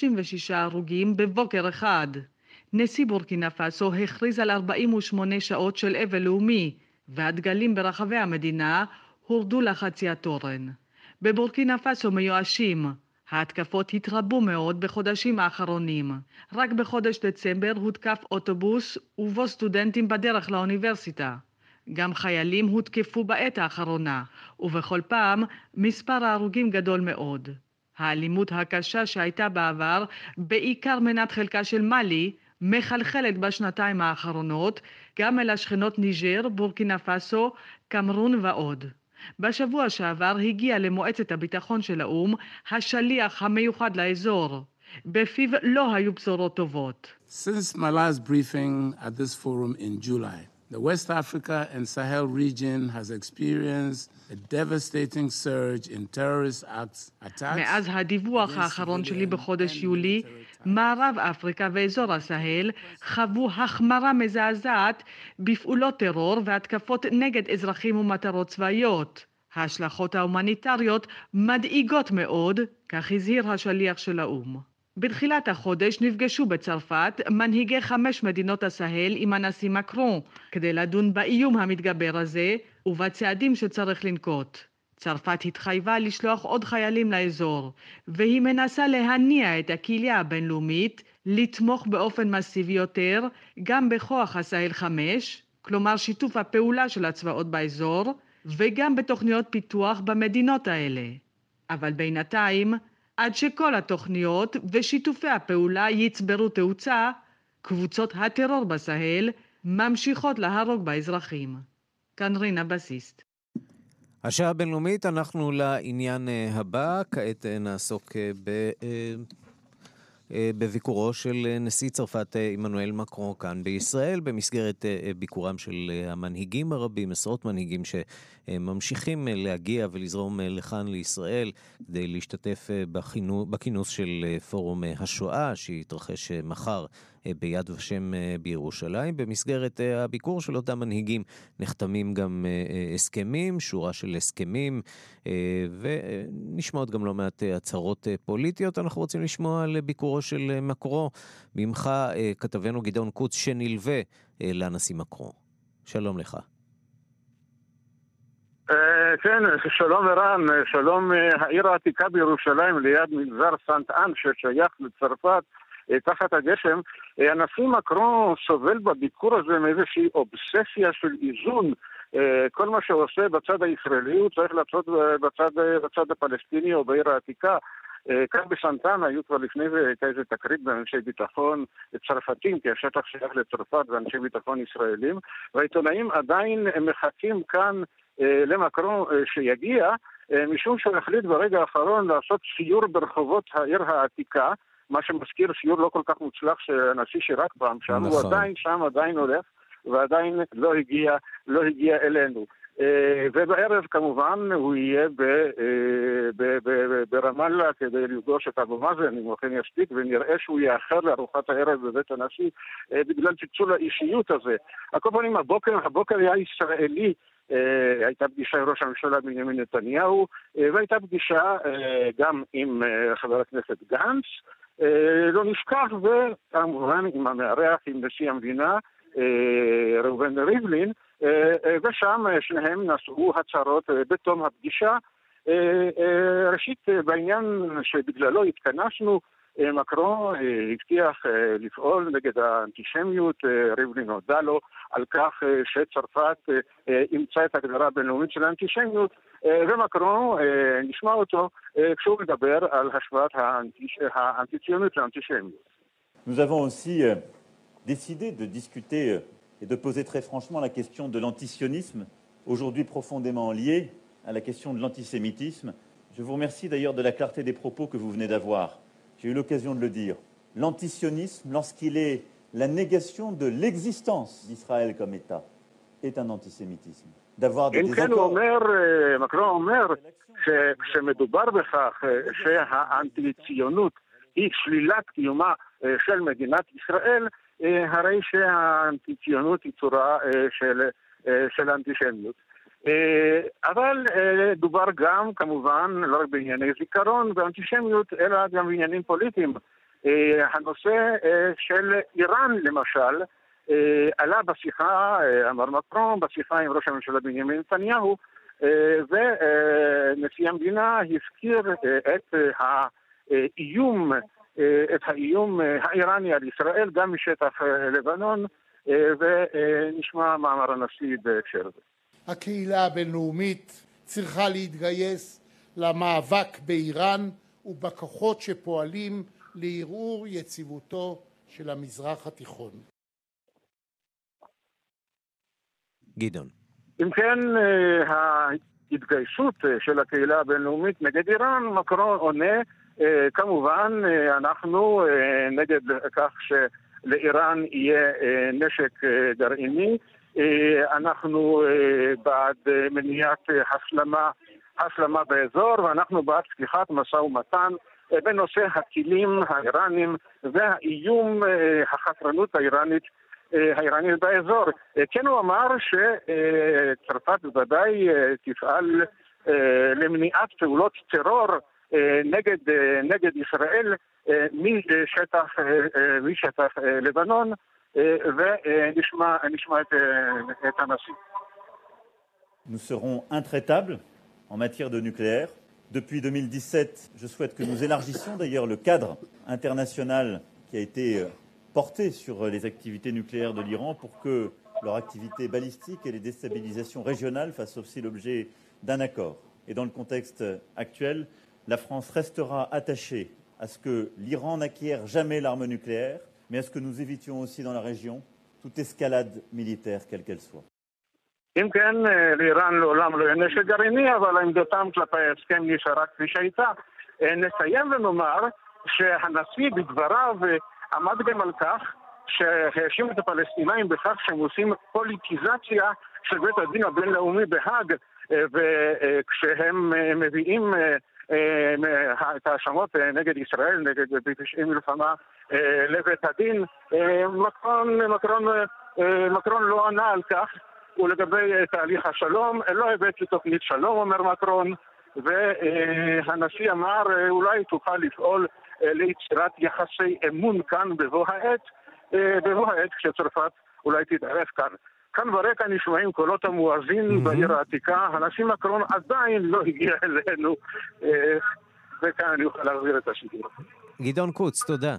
36 הרוגים בבוקר אחד. נשיא בורקינה פאסו הכריז על 48 שעות של אבל לאומי, והדגלים ברחבי המדינה הורדו לחצי התורן. בבורקינה פאסו מיואשים. ההתקפות התרבו מאוד בחודשים האחרונים. רק בחודש דצמבר הותקף אוטובוס ובו סטודנטים בדרך לאוניברסיטה. גם חיילים הותקפו בעת האחרונה, ובכל פעם מספר ההרוגים גדול מאוד. האלימות הקשה שהייתה בעבר, בעיקר מנת חלקה של מאלי, מחלחלת בשנתיים האחרונות, גם אל השכנות ניג'ר, בורקינה פאסו, קמרון ועוד. בשבוע שעבר הגיע למועצת הביטחון של האו"ם השליח המיוחד לאזור. בפיו לא היו בשורות טובות. Since my last briefing at this forum in July, the West Africa and Sahel region has experienced a devastating surge in terrorist acts, attacks. מאז הדיווח האחרון שלי בחודש יולי, מערב אפריקה ואזור הסהל חוו החמרה מזעזעת בפעולות טרור והתקפות נגד אזרחים ומטרות צבאיות. ההשלכות ההומניטריות מדאיגות מאוד, כך הזהיר השליח של האו"ם. בתחילת החודש נפגשו בצרפת מנהיגי 5 מדינות הסהל עם הנשיא מקרון, כדי לדון באיום המתגבר הזה ובצעדים שצריך לנקוט. צרפת התחייבה לשלוח עוד חיילים לאזור, והיא מנסה להניע את הקהילה הבינלאומית לתמוך באופן מסיבי יותר גם בכוח הסהל 5, כלומר שיתוף הפעולה של הצבאות באזור, וגם בתוכניות פיתוח במדינות האלה. אבל בינתיים, עד שכל התוכניות ושיתופי הפעולה יצברו תאוצה, קבוצות הטרור בסהל ממשיכות להרוג באזרחים. כאן רינה בסיסט. השעה הבינלאומית, אנחנו לעניין הבא. כעת נעסוק בביקורו של נשיא צרפת עמנואל מקרון כאן בישראל, במסגרת ביקורם של המנהיגים הרבים, עשרות מנהיגים שממשיכים להגיע ולזרום לכאן לישראל, כדי להשתתף בכינוס של פורום השואה, שיתרחש מחר ביד ושם בירושלים. במסגרת הביקור של אותם מנהיגים נחתמים גם הסכמים, שורה של הסכמים, ונשמעות גם לא מעט הצהרות פוליטיות. אנחנו רוצים לשמוע על ביקורו של מקרון. ממך כתבנו גדעון קוץ שנלווה לנשיא מקרון. שלום לך. כן, שלום ערן, שלום. העיר העתיקה בירושלים ליד מנזר סנט אן ששייך לצרפת תחת הגשם. הנשיא מקרון סובל בביקור הזה מאיזושהי אובססיה של איזון. כל מה שהוא עושה בצד הישראלי הוא צריך לעשות בצד הפלסטיני או בעיר העתיקה. כאן בסנטן היו כבר לפני זה איזה תקרית באנשי ביטחון צרפתים, כי השטח שייך לצרפת ואנשי ביטחון ישראלים, והעיתונאים עדיין מחכים כאן למקרון שיגיע, משום שהוא החליט ברגע האחרון לעשות סיור ברחובות העיר העתיקה, מה שמזכיר סיור לא כל כך מוצלח שהנשיא שירת פעם שם, הוא עדיין שם, עדיין הולך, ועדיין לא הגיע אלינו. ובערב כמובן הוא יהיה ברמאללה כדי לפגוש את אבו מאזן, אם הוא אכן יספיק, ונראה שהוא יאחר לארוחת הערב בבית הנשיא בגלל פיצול האישיות הזה. הכל פנים, הבוקר היה ישראלי, הייתה פגישה עם ראש הממשלה בנימין נתניהו, והייתה פגישה גם עם חבר הכנסת גנץ, לא נשכח, וכמובן עם המארח, עם נשיא המדינה, ראובן ריבלין, ושם שניהם נשאו הצהרות בתום הפגישה. ראשית, בעניין שבגללו התכנסנו, מקרון הבטיח לפעול נגד האנטישמיות, ריבלין הודה לו על כך שצרפת אימצה את ההגדרה הבינלאומית של האנטישמיות, ומקרון נשמע אותו כשהוא מדבר על השוואת האנטיציונות לאנטישמיות. Nous avons aussi décidé de discuter et de poser très franchement la question de l'antisionisme, aujourd'hui profondément liée à la question de l'antisémitisme. Je vous remercie d'ailleurs de la clarté des propos que vous venez d'avoir. J'ai eu l'occasion de le dire. L'antisionisme, lorsqu'il est la négation de l'existence d'Israël comme État, est un antisémitisme. D'avoir des désaccords... מקרון אומר שמדובר בכך שהאנטי-ציונות היא שלילת קיומה של מדינת ישראל, הרי שהאנטי-ציונות היא צורה של אנטישמיות. אבל דובר גם כמובן לא רק בענייני זיכרון ואנטישמיות, אלא גם בעניינים פוליטיים. הנושא של איראן למשל עלה בשיחה, אמר מקרון, בשיחה עם ראש הממשלה בנימין נתניהו, ונשיא המדינה הזכיר את האיום האיראני על ישראל, גם משטח לבנון, ונשמע מאמר הנשיא בהקשר הזה. הקהילה הבינלאומית צריכה להתגייס למאבק באיראן ובכוחות שפועלים לערעור יציבותו של המזרח התיכון. גדעון. אם כן, ההתגייסות של הקהילה הבינלאומית נגד איראן, מקרון עונה, כמובן אנחנו נגד כך שלאיראן יהיה נשק גרעיני, אנחנו בעד מניעת הסלמה באזור, ואנחנו בעד פתיחת משא ומתן בנושא הכלים האיראנים והאיום החתרנות האיראנית באזור. כן, הוא אמר שצרפת בוודאי תפעל למניעת פעולות טרור נגד ישראל משטח לבנון, ונשמע את הנשיא. Nous serons intraitables en matière de nucléaire. Depuis 2017, je souhaite que nous élargissions d'ailleurs le cadre international qui a été porté sur les activités nucléaires de l'Iran pour que leur activité balistique et les déstabilisations régionales fassent aussi l'objet d'un accord. Et dans le contexte actuel, la France restera attachée à ce que l'Iran n'acquiert jamais l'arme nucléaire, mais à ce que nous évitions aussi dans la région toute escalade militaire, quelle qu'elle soit. אם כן, לאיראן לעולם לא יהיה נשק גרעיני, אבל עמדתם כלפי ההסכם נשארה כפי שהייתה. נסיים ונאמר שהנשיא בדבריו עמד גם על כך שהאשים את הפלסטינאים בכך שהם עושים פוליטיזציה של בית הדין הבינלאומי בהאג, וכשהם מביאים את האשמות נגד ישראל, נגד פשעי מלחמה לבית הדין, מקרון לא ענה על כך. ולגבי תהליך השלום, לא הבאתי תוכנית שלום, אומר מקרון, והנשיא אמר אולי תוכל לפעול ליצירת יחסי אמון כאן בבוא העת כשצרפת אולי תתערב כאן. כאן ברקע נשמעים קולות המואזין בעיר העתיקה, הנשיא מקרון עדיין לא הגיע אלינו, וכאן אני אוכל להעביר את השידור. גדעון קוץ, תודה.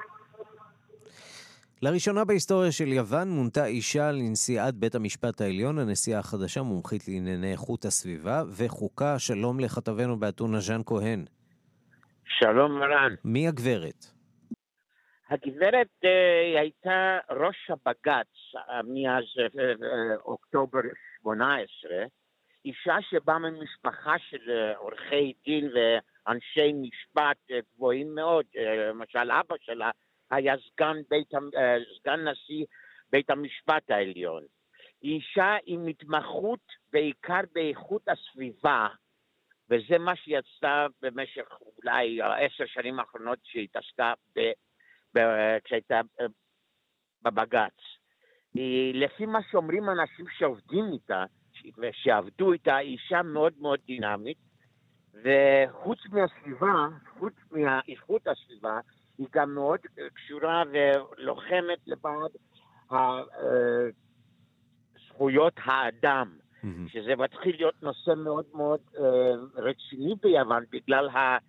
לראשונה בהיסטוריה של יוון מונתה אישה לנשיאת בית המשפט העליון, הנשיאה החדשה מומחית לענייני איכות הסביבה וחוקה. שלום לכתבנו באתונה ז'אן כהן. שלום רן. מי הגברת? הגברת הייתה ראש הבג"ץ מאז אוקטובר 18, אישה שבאה ממשפחה של עורכי דין ואנשי משפט גבוהים מאוד, למשל אבא שלה היה סגן נשיא בית המשפט העליון. היא אישה עם התמחות בעיקר באיכות הסביבה, וזה מה שהיא עשתה במשך אולי 10 שנים האחרונות שהיא התעסקה כשהייתה בבג"ץ. לפי מה שאומרים אנשים שעובדים איתה, ושעבדו איתה, היא אישה מאוד מאוד דינמית, וחוץ מהסביבה, חוץ מאיכות הסביבה, היא גם מאוד קשורה ולוחמת לבד זכויות האדם, שזה מתחיל להיות נושא מאוד מאוד רציני ביוון, בגלל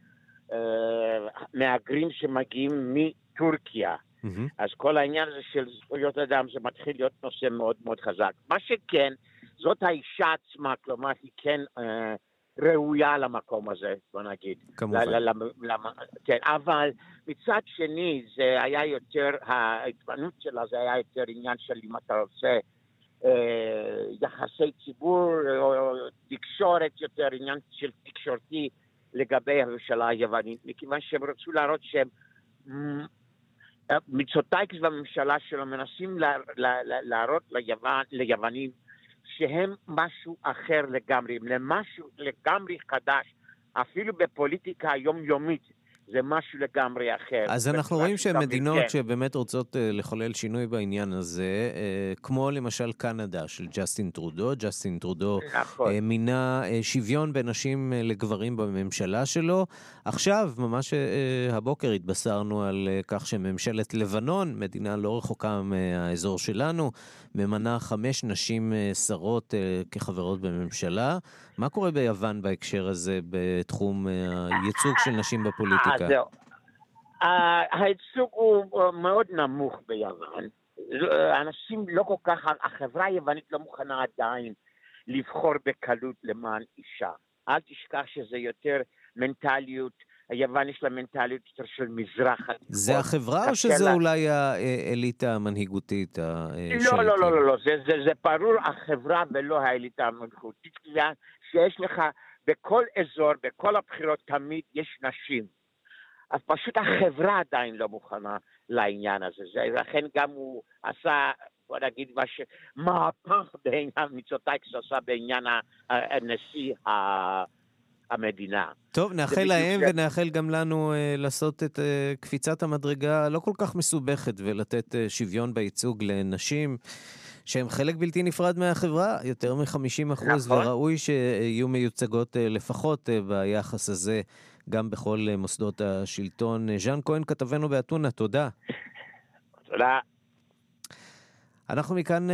המהגרים שמגיעים מטורקיה. אז כל העניין הזה של זכויות אדם, זה מתחיל להיות נושא מאוד מאוד חזק. מה שכן, זאת האישה עצמה, כלומר, היא כן ראויה למקום הזה, בוא נגיד. כמובן. כן, אבל מצד שני, זה היה יותר, ההתפנות שלה זה היה יותר עניין של אם אתה רוצה, יחסי ציבור, או תקשורת יותר, עניין של תקשורתי לגבי הממשלה היוונית, מכיוון שהם רצו להראות שהם מיצוטייקס בממשלה שלו מנסים להראות ליוונים שהם משהו אחר לגמרי, למשהו לגמרי חדש, אפילו בפוליטיקה היומיומית. זה משהו לגמרי אחר. אז אנחנו רואים שמדינות שבאמת רוצות לחולל שינוי בעניין הזה, כמו למשל קנדה של ג'סטין טרודו, ג'סטין טרודו מינה שוויון בין נשים לגברים בממשלה שלו. עכשיו, ממש הבוקר התבשרנו על כך שממשלת לבנון, מדינה לא רחוקה מהאזור שלנו, ממנה 5 נשים שרות כחברות בממשלה. מה קורה ביוון בהקשר הזה בתחום הייצוג של נשים בפוליטיקה? זהו. הייצוג הוא מאוד נמוך ביוון. אנשים לא כל כך, החברה היוונית לא מוכנה עדיין לבחור בקלות למען אישה. אל תשכח שזה יותר מנטליות, היוון יש לה מנטליות יותר של מזרח. זה החברה או שזה אולי האליטה המנהיגותית? לא, זה ברור החברה ולא האליטה המנהיגותית, שיש לך בכל אזור, בכל הבחירות תמיד יש נשים. אז פשוט החברה עדיין לא מוכנה לעניין הזה. לכן גם הוא עשה, בוא נגיד, מהפך בעניין מיצוטייקס עשה בעניין הנשיא המדינה. טוב, נאחל להם ונאחל גם לנו לעשות את קפיצת המדרגה לא כל כך מסובכת ולתת שוויון בייצוג לנשים שהם חלק בלתי נפרד מהחברה, יותר מ-50%, וראוי שיהיו מיוצגות לפחות ביחס הזה גם בכל מוסדות השלטון. ז'אן כהן כתבנו באתונה, תודה. תודה. אנחנו מכאן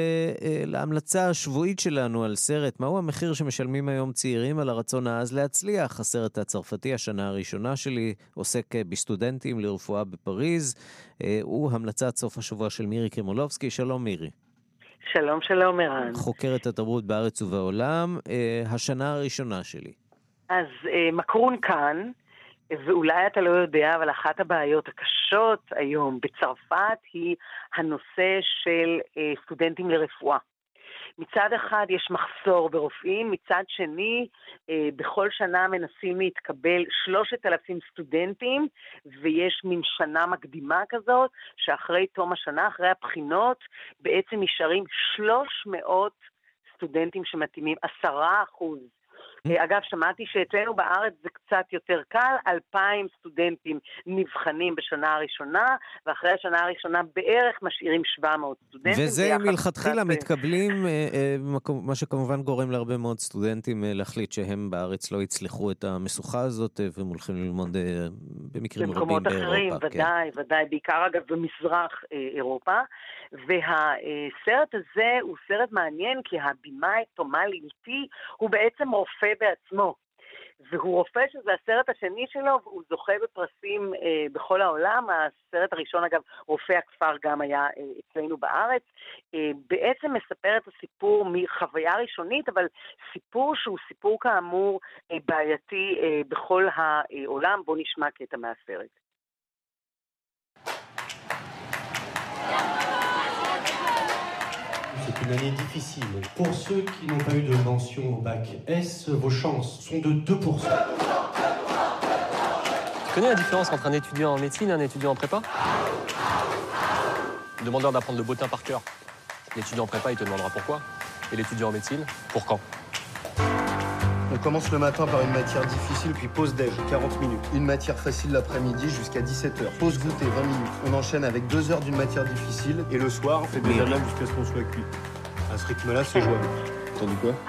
להמלצה השבועית שלנו על סרט, מהו המחיר שמשלמים היום צעירים על הרצון העז להצליח. הסרט הצרפתי, השנה הראשונה שלי, עוסק בסטודנטים לרפואה בפריז. הוא המלצת סוף השבוע של מירי קרימולובסקי. שלום מירי. שלום, שלום ערן. חוקרת התרבות בארץ ובעולם. השנה הראשונה שלי. אז מקרון כאן, ואולי אתה לא יודע, אבל אחת הבעיות הקשות היום בצרפת היא הנושא של סטודנטים לרפואה. מצד אחד יש מחסור ברופאים, מצד שני בכל שנה מנסים להתקבל 3,000 סטודנטים, ויש מין שנה מקדימה כזאת, שאחרי תום השנה, אחרי הבחינות, בעצם נשארים 300 סטודנטים שמתאימים, 10%. אגב, שמעתי שאצלנו בארץ זה קצת יותר קל, 2,000 סטודנטים נבחנים בשנה הראשונה, ואחרי השנה הראשונה בערך משאירים 700 סטודנטים. וזה מלכתחילה מתקבלים, מה שכמובן גורם להרבה מאוד סטודנטים להחליט שהם בארץ לא יצלחו את המשוכה הזאת, והם הולכים ללמוד במקרים רבים באירופה. אחרים, ודאי, ודאי, בעיקר אגב במזרח אירופה, והסרט הזה הוא סרט מעניין, כי הבימאי תומא לילטי הוא בעצם רופא בעצמו, והוא רופא שזה הסרט השני שלו, והוא זוכה בפרסים בכל העולם. הסרט הראשון אגב, רופא הכפר, גם היה אצלנו בארץ. בעצם מספר את הסיפור מחוויה ראשונית, אבל סיפור שהוא סיפור כאמור בעייתי בכל העולם. בוא נשמע קטע מהסרט. C'est une année difficile. Pour ceux qui n'ont pas eu de mention au bac S, vos chances sont de 2%. Tu connais la différence entre un étudiant en médecine et un étudiant en prépa? Demandeur d'apprendre le bottin par cœur. L'étudiant en prépa, il te demandera pourquoi. Et l'étudiant en médecine, pour quand. On commence le matin par une matière difficile, puis pause déj, 40 minutes. Une matière facile l'après-midi jusqu'à 17h. Pause goûter, 20 minutes. On enchaîne avec 2 heures d'une matière difficile. Et le soir, on fait des annales jusqu'à ce qu'on soit cuit. À ce rythme-là, c'est jouable. T'as dit quoi?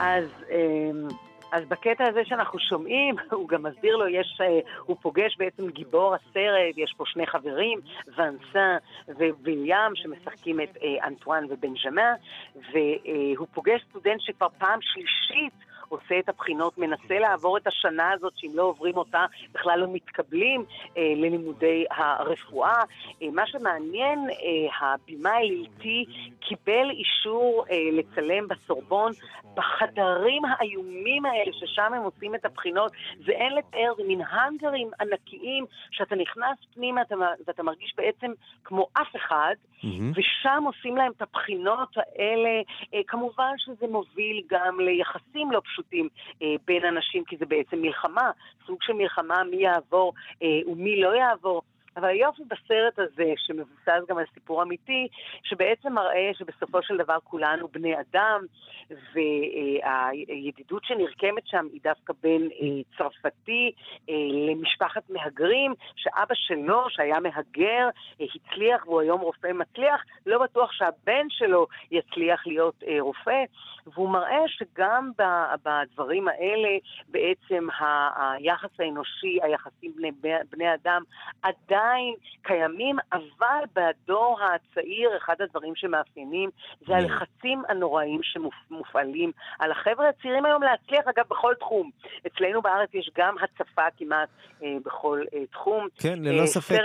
אז בקטע הזה שאנחנו שומעים, הוא גם מסביר לו, הוא פוגש בעצם גיבור הסרט, יש פה שני חברים, ונסה וויליאם, שמשחקים את אנטואן ובנג'מה, והוא פוגש סטודנט שכבר פעם שלישית עושה את הבחינות, מנסה לעבור את השנה הזאת, שאם לא עוברים אותה, בכלל לא מתקבלים ללימודי הרפואה. מה שמעניין, הבימאי לילתי קיבל אישור לצלם בסורבון, בחדרים האיומים האלה, ששם הם עושים את הבחינות, זה אין לתאר, זה מין הנגרים ענקיים, שאתה נכנס פנימה, ואתה מרגיש בעצם כמו אף אחד, ושם עושים להם את הבחינות האלה, כמובן שזה מוביל גם ליחסים לא פשוטים בין אנשים, כי זה בעצם מלחמה, סוג של מלחמה, מי יעבור ומי לא יעבור. אבל היופי בסרט הזה, שמבוסס גם על סיפור אמיתי, שבעצם מראה שבסופו של דבר כולנו בני אדם, והידידות שנרקמת שם היא דווקא בין צרפתי למשפחת מהגרים, שאבא שלו, שהיה מהגר, הצליח, והוא היום רופא מצליח, לא בטוח שהבן שלו יצליח להיות רופא, והוא מראה שגם בדברים האלה, בעצם היחס האנושי, היחסים בני אדם, עדיין קיימים, אבל בדור הצעיר, אחד הדברים שמאפיינים, זה הלחצים הנוראים שמופעלים על החבר'ה הצעירים היום להצליח, אגב, בכל תחום. אצלנו בארץ יש גם הצפה כמעט בכל תחום. כן, ללא ספק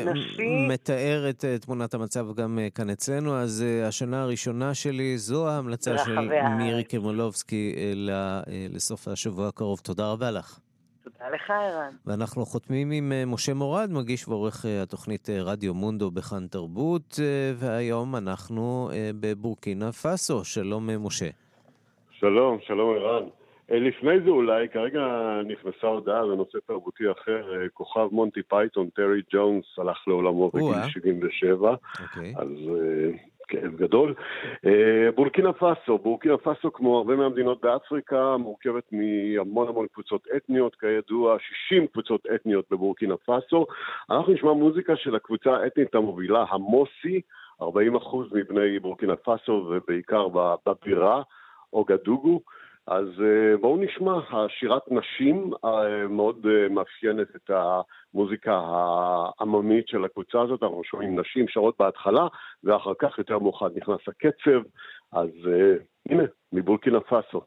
מתאר את תמונת המצב גם כאן אצלנו, אז השנה הראשונה שלי זו ההמלצה של מירי קרמולובסקי לסוף השבוע הקרוב. תודה רבה לך. תודה לך, ערן. ואנחנו חותמים עם משה מורד, מגיש ועורך התוכנית רדיו מונדו בכאן תרבות, והיום אנחנו בבורקינה פאסו. שלום משה. שלום, שלום ערן. לפני זה אולי, כרגע נכנסה הודעה לנושא תרבותי אחר, כוכב מונטי פייתון, טרי ג'ונס, הלך לעולמו בגיל 77, אז כאב גדול. בורקינה פאסו, כמו הרבה מהמדינות באפריקה, מורכבת מהמון קבוצות אתניות, כידוע 60 קבוצות אתניות בבורקינה פאסו. אנחנו נשמע מוזיקה של הקבוצה האתנית המובילה, המוסי, 40% מבני בורקינה פאסו, ובעיקר בבירה, אוגדוגו. אז בואו נשמע, השירת נשים מאוד מאפיינת את המוזיקה העממית של הקבוצה הזאת. אנחנו שומעים נשים שרות בהתחלה, ואחר כך יותר מאוחר נכנס הקצב. אז הנה, מבורקינה פאסו.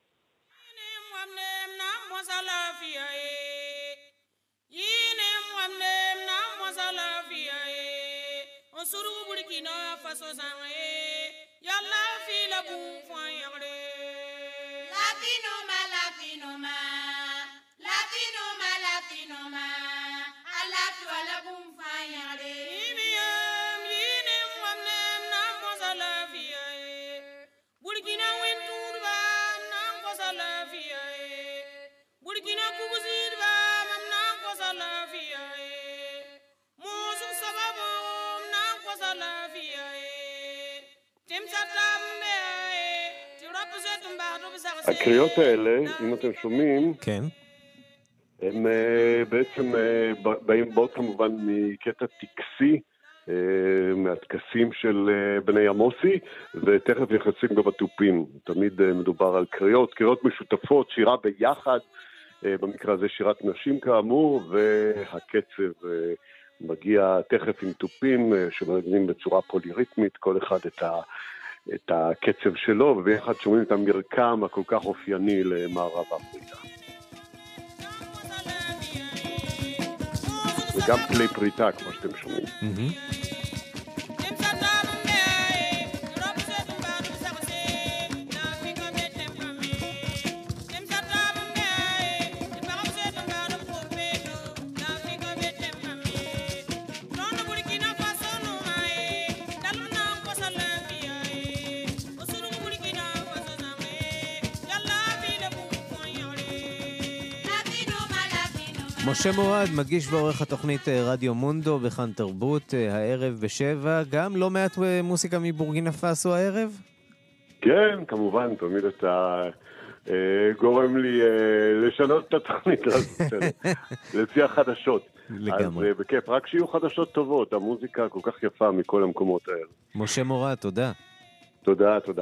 הקריאות האלה, אם אתם שומעים, כן. הם בעצם באות כמובן מקטע טקסי, מהטקסים של בני המוסי, ותכף נכנסים גם התופים. תמיד מדובר על קריאות משותפות, שירה ביחד, במקרה הזה שירת נשים כאמור, והקצב מגיע תכף עם תופים שמנגנים בצורה פוליריתמית, כל אחד את הקצב שלו, וביחד שומעים את המרקם הכל כך אופייני למערב אפריקה. וגם כלי פריטה, כמו שאתם שומעים. משה מורד, מגיש ועורך התוכנית רדיו מונדו בכאן תרבות, הערב ב7, גם לא מעט מוסיקה מבורקינה פאסו הערב? כן, כמובן, תמיד אתה גורם לי לשנות את התוכנית הזאת, לפי החדשות. לגמרי. אז בכיף, רק שיהיו חדשות טובות, המוזיקה כל כך יפה מכל המקומות האלה. משה מורה, תודה. תודה, תודה.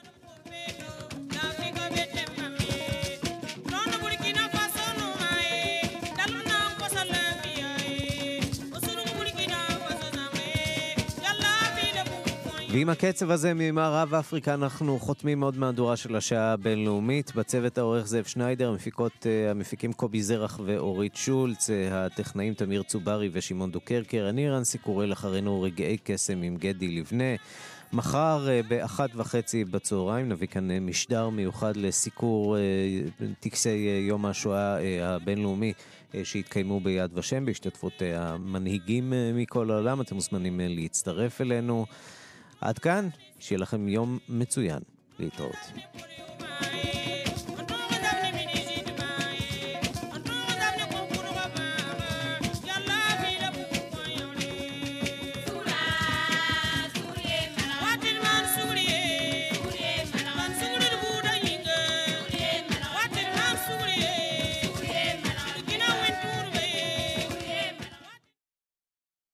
ועם הקצב הזה ממערב אפריקה אנחנו חותמים עוד מהדורה של השעה הבינלאומית. בצוות העורך זאב שניידר, המפיקים קובי זרח ואורית שולץ, הטכנאים תמיר צוברי ושמעון דוקרקר. אני רנסי קורל, אחרינו רגעי קסם עם גדי לבנה. מחר ב-13:30 בצהריים נביא כאן משדר מיוחד לסיקור טקסי יום השואה הבינלאומי שהתקיימו ביד ושם בהשתתפות המנהיגים מכל העולם. אתם מוזמנים להצטרף אלינו. עד כאן, שיהיה לכם יום מצוין. להתראות.